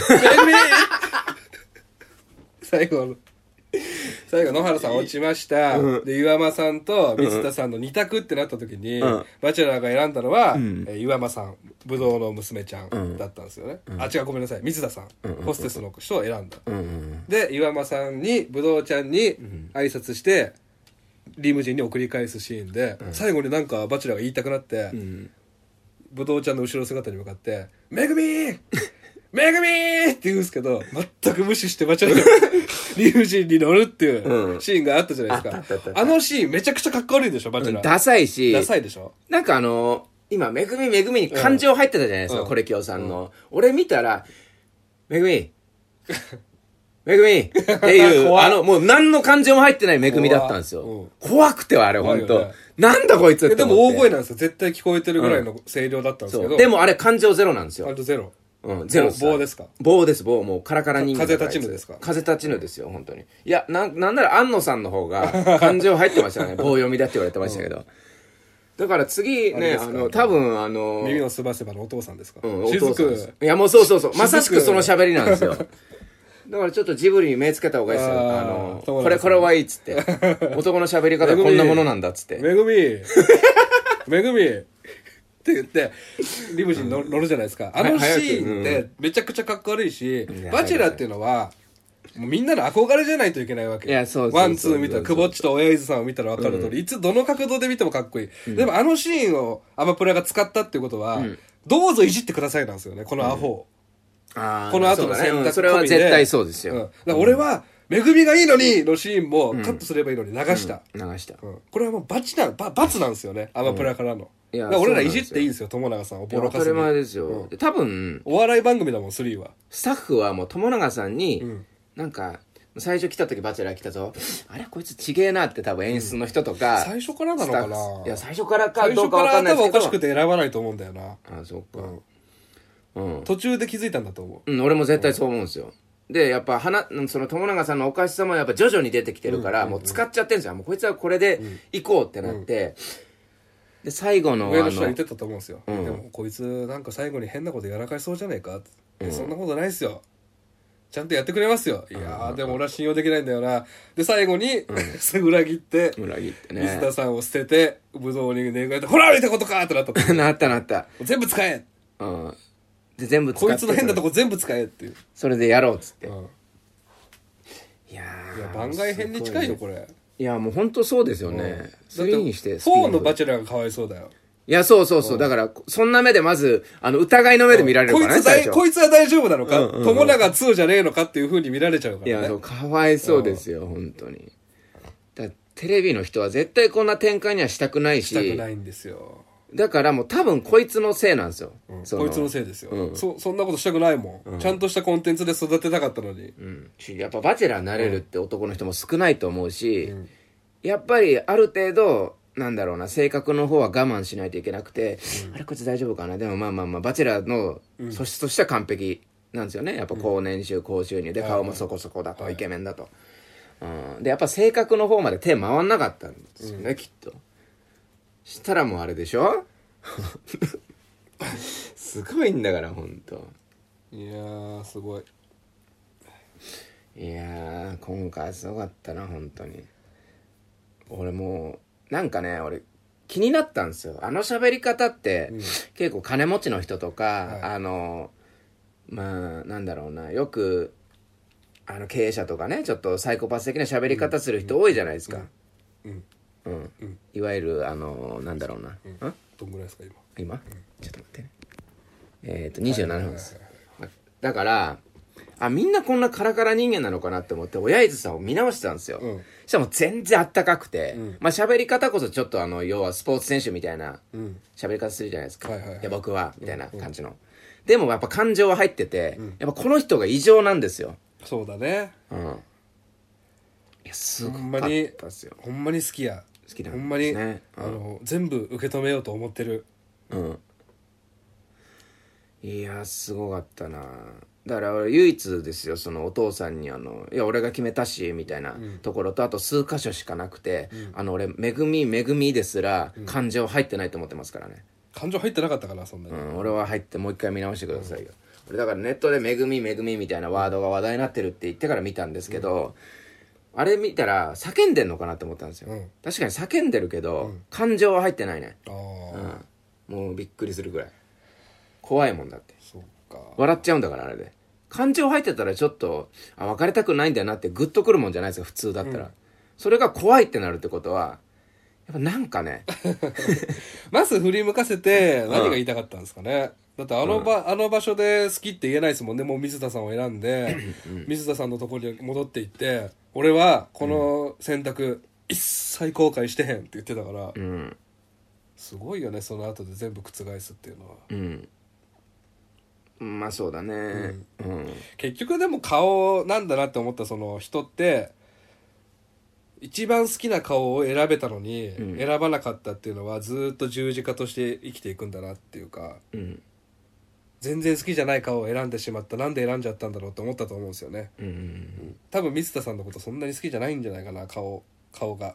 最後の。最後野原さん落ちました、うん、で岩間さんと水田さんの二択ってなった時に、うん、バチェラーが選んだのは、うん、え岩間さんぶどうの娘ちゃんだったんですよね、うん、あ違うごめんなさい水田さん、うん、ホステスの人を選んだ、うん、で岩間さんにぶどうちゃんに挨拶してリムジンに送り返すシーンで、うん、最後になんかバチェラーが言いたくなって、うん、ぶどうちゃんの後ろ姿に向かってめぐみーめぐみーって言うんですけど、全く無視してバチェラーがリムジンに乗るっていうシーンがあったじゃないですか。うん、あ, あのシーンめちゃくちゃかっこ悪いでしょ、バチェラー。 ダサいし。 ダサいでしょ。 なんかあのー、今、めぐみめぐみに感情入ってたじゃないですか、うん、コレキオさんの。うん、俺見たら、めぐみ、めぐみっていう、あの、もう何の感情も入ってないめぐみだったんですよ。うん、怖くてはあれ、ほんと。ね、なんだこいつってでも大声なんですよ。絶対聞こえてるぐらいの声量だったんですけど。 でもあれ感情ゼロなんですよ。 感情ゼロ。 うん、ゼロです。 棒ですか？ 棒です、棒。もうカラカラ人間。 風立ちぬですか？ 風立ちぬですよ、本当に。いや、な、なんなら安野さんの方が感情入ってましたね。棒読みだって言われてましたけど。 だから次ね、あの、多分あの、 耳をすばせばのお父さんですか。 うん、お父さんです。いや、もうそうそうそう。まさしくその喋りなんですよ。だからちょっとジブリに目つけた方がいいですよ。あの、これ、これはいいっつって。男の喋り方こんなものなんだっつって。 めぐみめぐみって言って、リムジン乗るじゃないですか。あのシーンってめちゃくちゃかっこ悪いし、バチェラーっていうのは、もうみんなの憧れじゃないといけないわけ。 いや、そうそうそう。 ワン、ツー見たら、くぼっちと親伊豆さんを見たら分かる通り、うん、いつどの角度で見てもかっこいい。うん、でもあのシーンをアマプラが使ったっていうことは、うん、どうぞいじってくださいなんですよね、このアホ。 うん、あこの後の選択込みで、 ね、それは絶対そうですよ。 うん、だから俺は、めぐみがいいのにのシーンもカットすればいいのに流した。 うんうん、流した、 うん。これはもうバチな、バ、罰なんですよね、アマプラからの。いや、俺らいじっていいんですよ、友永さんをボロカスに。 当たり前ですよ。うん、多分、 お笑い番組だもん、スリーは。 スタッフはもう友永さんに、うん、なんか、最初来た時バチェラー来たぞ、あれこいつちげえなって多分演出の人とか、 うん、最初からなのかな。 いや最初からかどうか分かんないですけど、 最初から多分おかしくて選ばないと思うんだよな。 あ、そうか、 うんうん、途中で気づいたんだと思う。うん、俺も絶対そう思うんですよ。でやっぱ花その友永さんのおかしさもやっぱ徐々に出てきてるから、うんうんうん、もう使っちゃってるんですよ。もうこいつはこれで行こうってなって、うんうん、で最後の上の人は言ってたと思うんですよ、うん、でもこいつなんか最後に変なことやらかしそうじゃねえかって、うん、そんなことないっすよ、ちゃんとやってくれますよ。いやー、でも俺は信用できないんだよな。で、最後に、うん、裏切って、 裏切ってね。 水田さんを捨てて、武道に願いて、ほら歩いたことかってなった。 なったなった。 全部使え、 うん。で、全部使って。 こいつの変なとこ全部使えっていう。 それでやろうっつって。うん、いやー。いや、番外編に近いよ、これ。 いや、もうほんとそうですよね。スリーにして。 フォーのバチェラーがかわいそうだよ。 いや、そうそうそう。だから、そんな目でまず、あの、疑いの目で見られるからね、 こいつ最初。 こいつは大丈夫なのか、うんうんうん、友永ツーじゃねえのかっていう風に見られちゃうからね。 いや、そう、かわいそうですよ、本当に。だテレビの人は絶対こんな展開にはしたくないし。 したくないんですよ。 だからもう多分こいつのせいなんですよ。 うん、こいつのせいですよ、うん、そ。そんなことしたくないもん、うん。ちゃんとしたコンテンツで育てたかったのに。 うん、やっぱバチェラーになれるって男の人も少ないと思うし、うん、やっぱりある程度、なんだろうな、性格の方は我慢しないといけなくて、うん、あれこいつ大丈夫かな、でもまあまあまあバチェラーの素質としては完璧なんですよね。やっぱ高年収高収入で顔もそこそこだと、イケメンだと、うん、でやっぱ性格の方まで手回んなかったんですよね、うん、きっと。したらもうあれでしょすごいんだから本当。 いやーすごい。 いやー今回すごかったな本当に。俺もうなんかね、俺気になったんですよ。あの喋り方って、うん、結構金持ちの人とか、はい、あのまあなんだろうな、よくあの経営者とかね、ちょっとサイコパス的な喋り方する人多いじゃないですか。うんうん、うん、いわゆるあのなんだろうな、 うん、どんぐらいですか今今、うん、ちょっと待ってね、えっとにじゅうななふんです、はいはいはい、だからあみんなこんなカラカラ人間なのかなって思って親伊豆さんを見直してたんですよ、うん、そしたらもう全然あったかくて、うん、まあ喋り方こそちょっとあの要はスポーツ選手みたいな喋り方するじゃないですか、うんはいはいはい、いや僕はみたいな感じの、うん、でもやっぱ感情は入ってて、うん、やっぱこの人が異常なんですよ。 そうだね、 うん、いやすごかったですよ。 ほんまに好きや、 好きなんですね、 ほんまに、うん、あの全部受け止めようと思ってる。 うんいやすごかったな。だから俺唯一ですよ、そのお父さんにあのいや俺が決めたしみたいなところと、うん、あと数箇所しかなくて、うん、あの俺めぐみめぐみですら感情入ってないと思ってますからね、 うん、感情入ってなかったかなそんなに、 うん、俺は入ってもう一回見直してくださいよ、うん、俺だからネットでめぐみめぐみみたいなワードが話題になってるって言ってから見たんですけど、うん、あれ見たら叫んでんのかなって思ったんですよ、うん、確かに叫んでるけど、うん、感情は入ってないね。あ、うん、もうびっくりするぐらい怖いもんだって。 そうか、 笑っちゃうんだからあれで。感情入ってたらちょっとあ別れたくないんだよなってグッとくるもんじゃないですか普通だったら、うん、それが怖いってなるってことはやっぱなんかねまず振り向かせて何が言いたかったんですかね、うん、だってあの場、うん、あの場所で好きって言えないですもんね。もう水田さんを選んで、うん、水田さんのところに戻っていって俺はこの選択一切後悔してへんって言ってたから、うん、すごいよねその後で全部覆すっていうのは。 うんまあそうだね、うんうん、 結局でも顔なんだなって思った。その人って一番好きな顔を選べたのに、うん、選ばなかったっていうのはずっと十字架として生きていくんだなっていうか、うん、全然好きじゃない顔を選んでしまった。なんで選んじゃったんだろうって思ったと思うんですよね、うんうんうん、多分水田さんのことそんなに好きじゃないんじゃないかな。顔顔が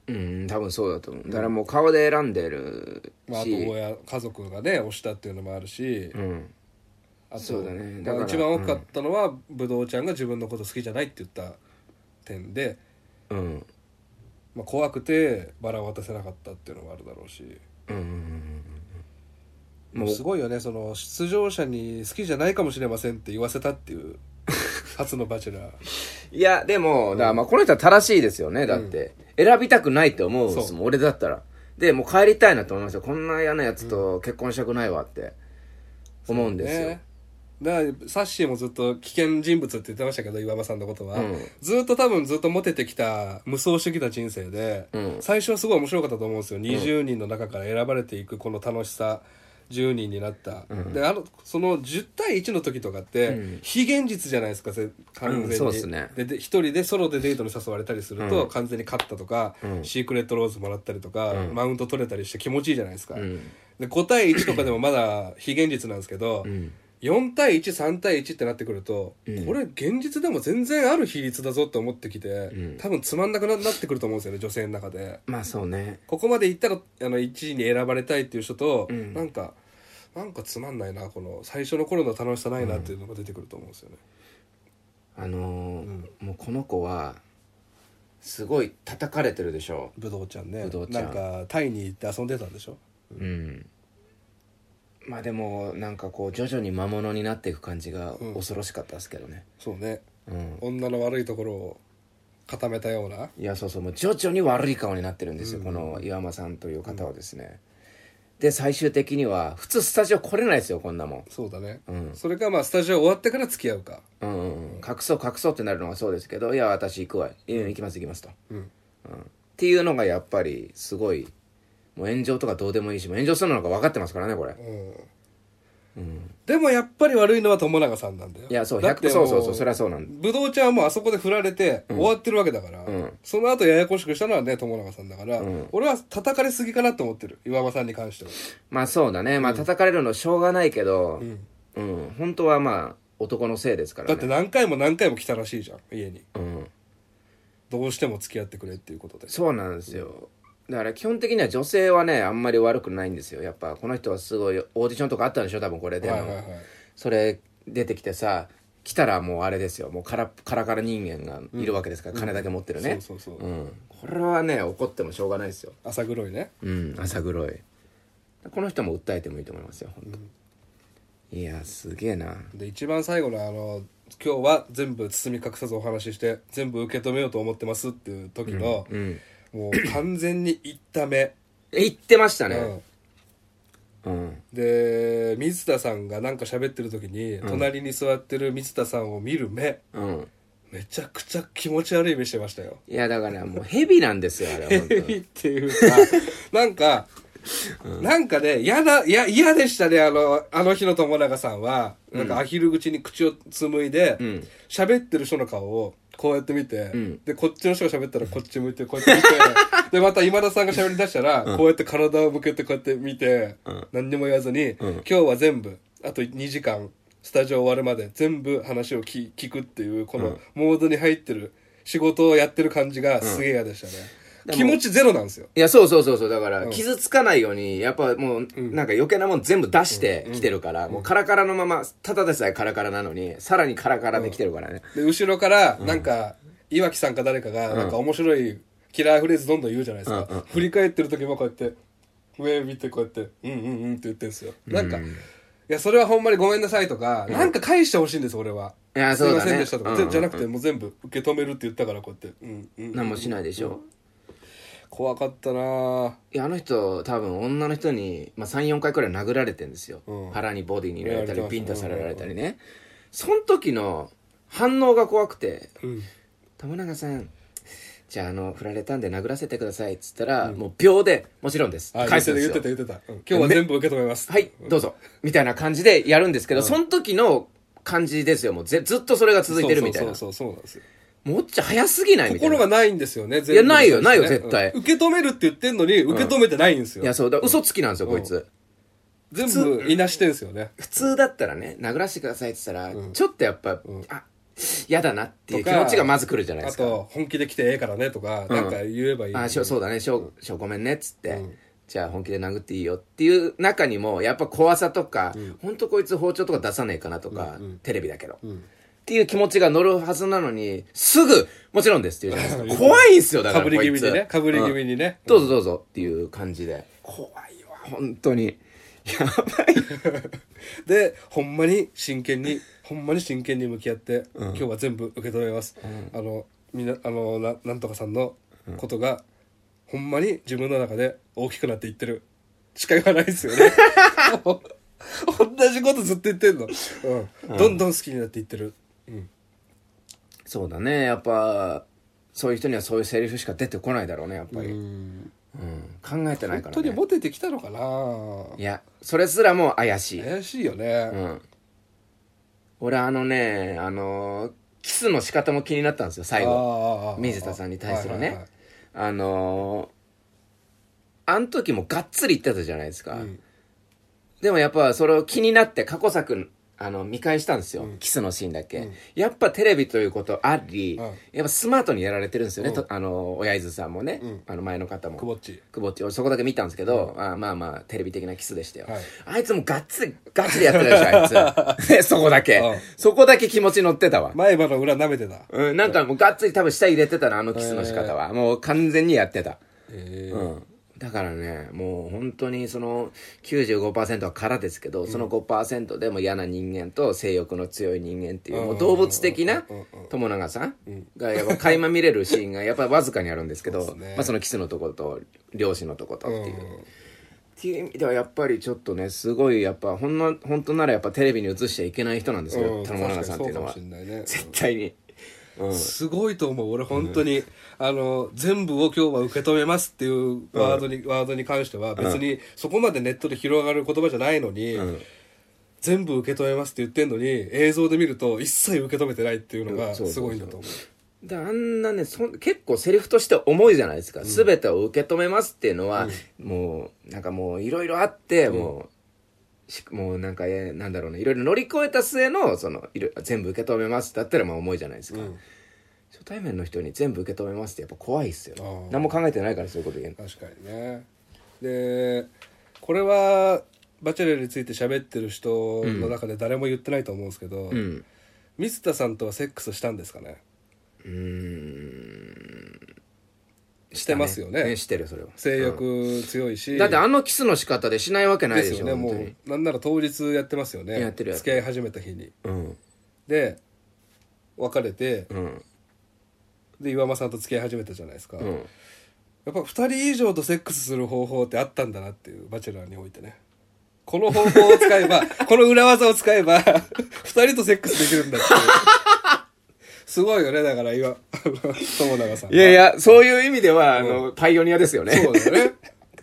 うん多分そうだと思う。だからもう顔で選んでるし、 まあ、あと親家族がね推したっていうのもあるし、 うん、 あとそうだね。 だから一番大きかったのは、うん、ぶどうちゃんが自分のこと好きじゃないって言った点で、 うん、 まあ、怖くてバラを渡せなかったっていうのもあるだろうし、 うんうんうんうん、もうすごいよね。その出場者に好きじゃないかもしれませんって言わせたっていう初のバチェラー。 いやでも、だからまあこの人は正しいですよね。だって、うん、選びたくないって思うですもん、俺だったら。でもう帰りたいなと思いますよ。こんな嫌なやつと結婚したくないわって思うんですよ、ね、 だからサッシーもずっと危険人物って言ってましたけど、岩間さんのことは、うん、ずっと多分ずっとモテてきた無双してきた人生で、うん、最初はすごい面白かったと思うんですよ。にじゅうにんの中から選ばれていくこの楽しさ、じゅうにんになった、うん、であのそのじゅうたいいちの時とかって、うん、非現実じゃないですか完全に、うん、そうですね。でで一人でソロでデートに誘われたりすると、うん、完全に勝ったとか、うん、シークレットローズもらったりとか、うん、マウント取れたりして気持ちいいじゃないですか、うん、でごたいいちとかでもまだ非現実なんですけど、うん、よんたいいち、さんたいいちってなってくると、うん、これ現実でも全然ある比率だぞって思ってきて、うん、多分つまんなくなってくると思うんですよね、女性の中で。 まあそうね。 ここまでいったらあのいちいに選ばれたいっていう人と、うん、なんかなんかつまんないな、この最初の頃の楽しさないなっていうのが出てくると思うんですよね、 うん、あのーうん、もうこの子はすごい叩かれてるでしょ。 ぶどうちゃんね。 ぶどうちゃんなんかタイに行って遊んでたんでしょ。 うん、うんまあでもなんかこう徐々に魔物になっていく感じが恐ろしかったですけどね、 うん、そうね、うん、女の悪いところを固めたような。 いやそうそう、もう徐々に悪い顔になってるんですよ、うん、この岩間さんという方はですね、うん、で最終的には普通スタジオ来れないですよ、こんなもん。 そうだね、うん、それかまあスタジオ終わってから付き合うか、 うんうんうん、隠そう隠そうってなるのがそうですけど、いや私行くわ、うん、行きます行きますと、うんうん、っていうのがやっぱりすごい、もう炎上とかどうでもいいし、もう炎上するのか分かってますからねこれ、うんうん、でもやっぱり悪いのは友永さんなんだよ。 いやそうだってそうそうそう、そりゃそうなんだ。 ぶどうちゃんはもうあそこで振られて終わってるわけだから、うん、その後ややこしくしたのはね友永さんだから、うん、俺は叩かれすぎかなと思ってる、岩間さんに関しては。 まあそうだね、まあ叩かれるのしょうがないけど、うん、うん、本当はまあ男のせいですからね。 だって何回も何回も来たらしいじゃん家に、うん、どうしても付き合ってくれっていうことで。 そうなんですよ、うん、だから基本的には女性はねあんまり悪くないんですよ。やっぱこの人はすごいオーディションとかあったんでしょ多分これでも、はいはいはい、それ出てきてさ、来たらもうあれですよ、もうカラカラカラ人間がいるわけですから、うん、金だけ持ってるね、うん、そうそうそう、うん、これはね怒ってもしょうがないですよ。 朝黒いね、 うん朝黒い。この人も訴えてもいいと思いますよ本当、うん、いやすげえな。 で一番最後のあの今日は全部包み隠さずお話しして全部受け止めようと思ってますっていう時の、うんうん、もう完全に言った目言ってましたね、うん、 で水田さんがなんか喋ってる時に、うん、隣に座ってる水田さんを見る目、うん、めちゃくちゃ気持ち悪い目してましたよ。 いやだからもうヘビなんですよあれ。 ヘビっていうかなんかうん、なんかね嫌だ、いや嫌でしたね。あのあの日の友永さんはなんかアヒル口に口を紡いで喋、うん、ってる人の顔をこうやって見て、うん、でこっちの人が喋ったらこっち向いてこうやって見てでまた今田さんが喋り出したら、うん、こうやって体を向けてこうやって見て、うん、何にも言わずに、うん、今日は全部あとにじかんスタジオ終わるまで全部話を聞聞くっていうこのモードに入ってる仕事をやってる感じがすげえ嫌でしたね、うん、気持ちゼロなんですよ。 いやそうそうそうそう、だから傷つかないようにやっぱもうなんか余計なもん全部出してきてるから、うんうん、もうカラカラのまま、ただでさえカラカラなのにさらにカラカラできてるからね、 うん、で後ろからなんか、うん、岩木さんか誰かがなんか面白いキラーフレーズどんどん言うじゃないですか、うんうん、振り返ってる時もこうやって上見てこうやってうんうんうんって言ってるんですよ、うん、なんかいやそれはほんまにごめんなさいとか、うん、なんか返してほしいんです俺は。 いやそうだね、 すいませんでしたとか、うんうんうん、じゃなくてもう全部受け止めるって言ったからこうやってうんうん、うん、 何もしないでしょ、うん、 怖かったな。 いやあの人多分女の人に、まあ、さんよんかいくらい殴られてるんですよ、うん、腹にボディに入れられたりピンタされられたりね、うんうん、その時の反応が怖くて、うん、友永さんじゃああの振られたんで殴らせてくださいっつったら、うん、もう秒でもちろんです返すんですよ。言ってた言ってた、うん、今日は全部受け止めますはいどうぞみたいな感じでやるんですけど、うん、その時の感じですよ。もうぜずっとそれが続いてるみたいな。 そうそうそうそうなんですよ。 もっちゃ早すぎないみたいな。 心がないんですよね。 全部いやないよないよ絶対、 うん、受け止めるって言ってんのに受け止めてないんですよ、 うん、いやそうだ嘘つきなんですよ、うん、こいつ全部いなしてんすよね。 普通だったらね殴らせてくださいって言ったら、うん、ちょっとやっぱ、うん、あ嫌だなっていう気持ちがまず来るじゃないですか。 あと本気で来てええからねとか、うん、なんか言えばいい。 あしょそうだねしょしょごめんねっつって、うん、じゃあ本気で殴っていいよっていう中にもやっぱ怖さとか、うん、本当こいつ包丁とか出さねえかなとか、うんうん、テレビだけど、うん、っていう気持ちが乗るはずなのにすぐもちろんですって言うじゃないですか。怖いんすよだからこいつ。かぶり気味にねかぶり気味にね、 うん、どうぞどうぞっていう感じで怖いわ本当にやばいでほんまに真剣にほんまに真剣に向き合って、うん、今日は全部受け止めます、うん、あのみなあの な, なんとかさんのことが、うん、ほんまに自分の中で大きくなっていってるしか言わないですよね同じことずっと言ってんの、うんうん、どんどん好きになっていってる、うん、 そうだねやっぱそういう人にはそういうセリフしか出てこないだろうねやっぱり、うんうん、考えてないからね。 本当にモテてきたのかな。 いやそれすらも怪しい怪しいよね、うん、 俺あのねあのキスの仕方も気になったんですよ最後水田さんに対するね、はいはいはい、あのあの時もがっつり言ってたじゃないですか、うん、でもやっぱそれを気になって過去作あの見返したんですよ、うん、キスのシーンだけ、うん、やっぱテレビということあり、うん、やっぱスマートにやられてるんですよね、うん、あの親伊豆さんもね、うん、あの前の方もくぼっちくぼっち俺そこだけ見たんですけど、うん、あまあまあテレビ的なキスでしたよ、はい、あいつもガッツリガッツリやってたでしょあいつそこだけ、うん、そこだけ気持ち乗ってたわ前歯の裏舐めてた、 うん、なんかもうガッツリ多分舌入れてたなあのキスの仕方は、えー、もう完全にやってた、えーうんだからねもう本当にその きゅうじゅうごパーセント は空ですけど、うん、その ごパーセント でも嫌な人間と性欲の強い人間っていう、うん、もう動物的な友永さんがやっぱ垣間見れるシーンがやっぱりわずかにあるんですけど、ねまあ、そのキスのところと漁師のとことっていう、うん、っていう意味ではやっぱりちょっとねすごいやっぱほんの本当ならやっぱテレビに映しちゃいけない人なんですよ、うん、友永さんっていうのは、ね、絶対に。 うん、すごいと思う俺本当に、うん、あの全部を今日は受け止めますっていうワードに、うん、ワードに関しては別にそこまでネットで広がる言葉じゃないのに、うん、全部受け止めますって言ってんのに映像で見ると一切受け止めてないっていうのがすごいんだと思う、うん、そうそうそうであんなねそ結構セリフとして重いじゃないですか、うん、全てを受け止めますっていうのは、うん、もうなんかもういろいろあって、うん、もうもうなんか、えー、なんだろうねいろいろ乗り越えた末のそのいろ全部受け止めますだったらまあ重いじゃないですか、うん、初対面の人に全部受け止めますってやっぱ怖いっすよ何も考えてないからそういうこと言えん確かにねでこれはバチェラーについて喋ってる人の中で誰も言ってないと思うんですけど、うん、水田さんとはセックスしたんですかねうーんしてますよね。 ねしてるそれは。 性欲強いし、うん。 だってあのキスの仕方でしないわけないでしょ。ですよね。 もうなんなら当日やってますよね。 やってるや付き合い始めた日に。うん、で別れて、うん、で岩間さんと付き合い始めたじゃないですか。うん、やっぱふたり以上とセックスする方法ってあったんだなっていうバチェラーにおいてね。この方法を使えばこの裏技を使えばふたりとセックスできるんだっていう。すごいよねだから今友永さんいやいやそういう意味では、うん、あのパイオニアですよねそうだよね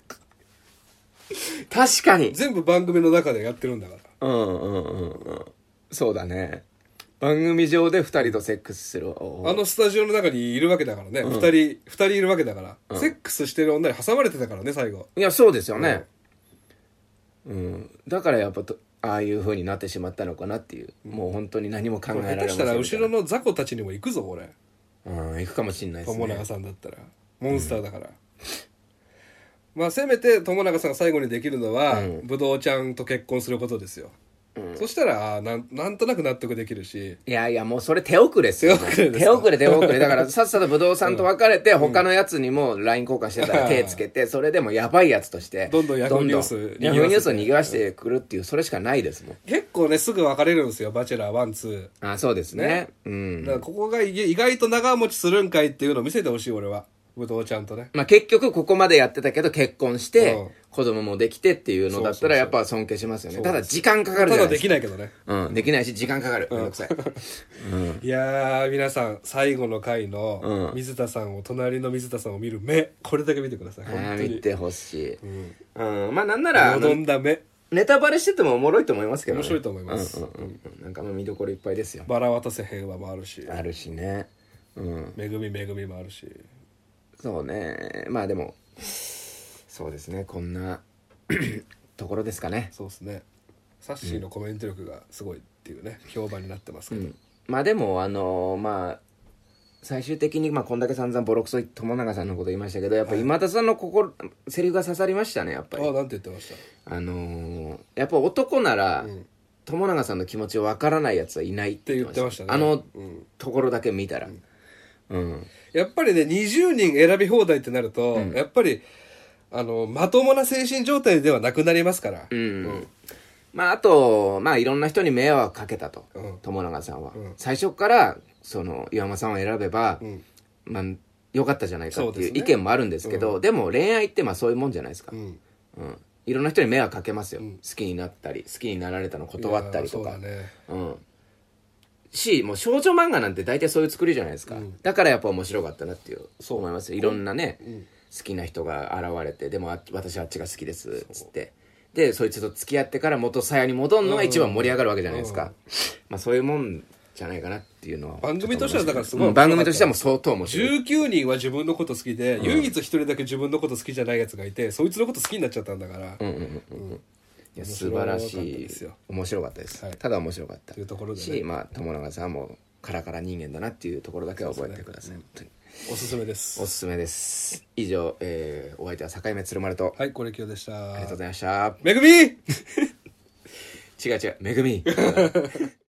確かに全部番組の中でやってるんだからうんうんうんうんそうだね番組上でふたりとセックスするあのスタジオの中にいるわけだからね、うん、ふたりふたりいるわけだから、うん、セックスしてる女に挟まれてたからね最後いやそうですよね、うん、うん、だからやっぱとああいう風になってしまったのかなっていう、うん、もう本当に何も考えられない下手したら後ろの雑魚たちにも行くぞ俺うん行くかもしんないですね友永さんだったらモンスターだから、うん、まあせめて友永さんが最後にできるのは、うん、ブドウちゃんと結婚することですよ、うん、そしたらなんなんとなく納得できるしいやいやもうそれ手遅れっすよ、ね、手遅れ手遅れ手遅れだからさっさとブドウさんと別れて、うん、他のやつにも ライン 交換してたら手つけてそれでもやばいやつとしてどんどんヤフーニュースヤフーニュースを逃がしてくるっていうそれしかないですもん結構ねすぐ別れるんですよバチェラーワンツーあそうですね、ね、うん、 だからここが意外と長持ちするんかいっていうのを見せてほしい俺はぶどうちゃんとねまあ結局ここまでやってたけど結婚して、うん子供もできてっていうのだったらやっぱ尊敬しますよね。ただ時間かかるじゃないですか。 ただできないけどね。 うん、できないし時間かかる。めんどくさい。 うん、いやー皆さん最後の回の水田さんを隣の水田さんを見る目これだけ見てください。本当に見てほしい。うん、うん、まあなんなら望んだ目。 ネタバレしててもおもろいと思いますけどね。 面白いと思います。 うんうんうんうん、なんかもう見どころいっぱいですよ。 バラ渡せ平和もあるし。 あるしね。 うん。めぐみめぐみもあるし。 そうね。まあでもそうですねこんな。ところですかねそうですねサッシーのコメント力がすごいっていうね、うん、評判になってますけど、うん、 まあでもあのー、まあ最終的にまあこんだけ散々ボロクソ友永さんのこと言いましたけど、やっぱ今田さんの心、はい、セリフが刺さりましたね。やっぱりああ、なんて言ってました？ あのー、やっぱ男なら、うん、友永さんの気持ちを分からないやつはいないって言ってましたね。あの、うん、ところだけ見たら、うんうん、 やっぱりねにじゅうにん選び放題ってなると、うん、やっぱりあのまともな精神状態ではなくなりますから、 うんうん、まああとまあいろんな人に迷惑かけたと、うん、友永さんは、うん、最初からその岩間さんを選べば、うん、まあ良かったじゃないかっていう意見もあるんですけど、 で,、ねうん、でも恋愛ってまあそういうもんじゃないですか、うんうん、いろんな人に迷惑かけますよ、うん、好きになったり好きになられたの断ったりとか、ねうん、しもう少女漫画なんて大体そういう作りじゃないですか、うん、だからやっぱ面白かったなっていう思いますよ。いろんなね、うん、好きな人が現れて、でも私はあっちが好きですっつってでそいつと付き合ってから元鞘に戻るのが一番盛り上がるわけじゃないですか、うんうん、まあそういうもんじゃないかなっていうのは番組としてはだからすごい、 うん、番組としてはもう相当面白い。 じゅうきゅうにんは自分のこと好きで、うん、唯一一人だけ自分のこと好きじゃないやつがいて、そいつのこと好きになっちゃったんだから、うんうんうんうん、いや素晴らしい面白かったです、はい、ただ面白かったというところで、ね、 し、まあ、友永さんもカラカラ人間だなっていうところだけは覚えてください、ねうん、 おすすめです。 おすすめです。以上、えー、お相手は境目鶴丸と、 はい、これ今日でした。 ありがとうございました。 めぐみ違う違うめぐみ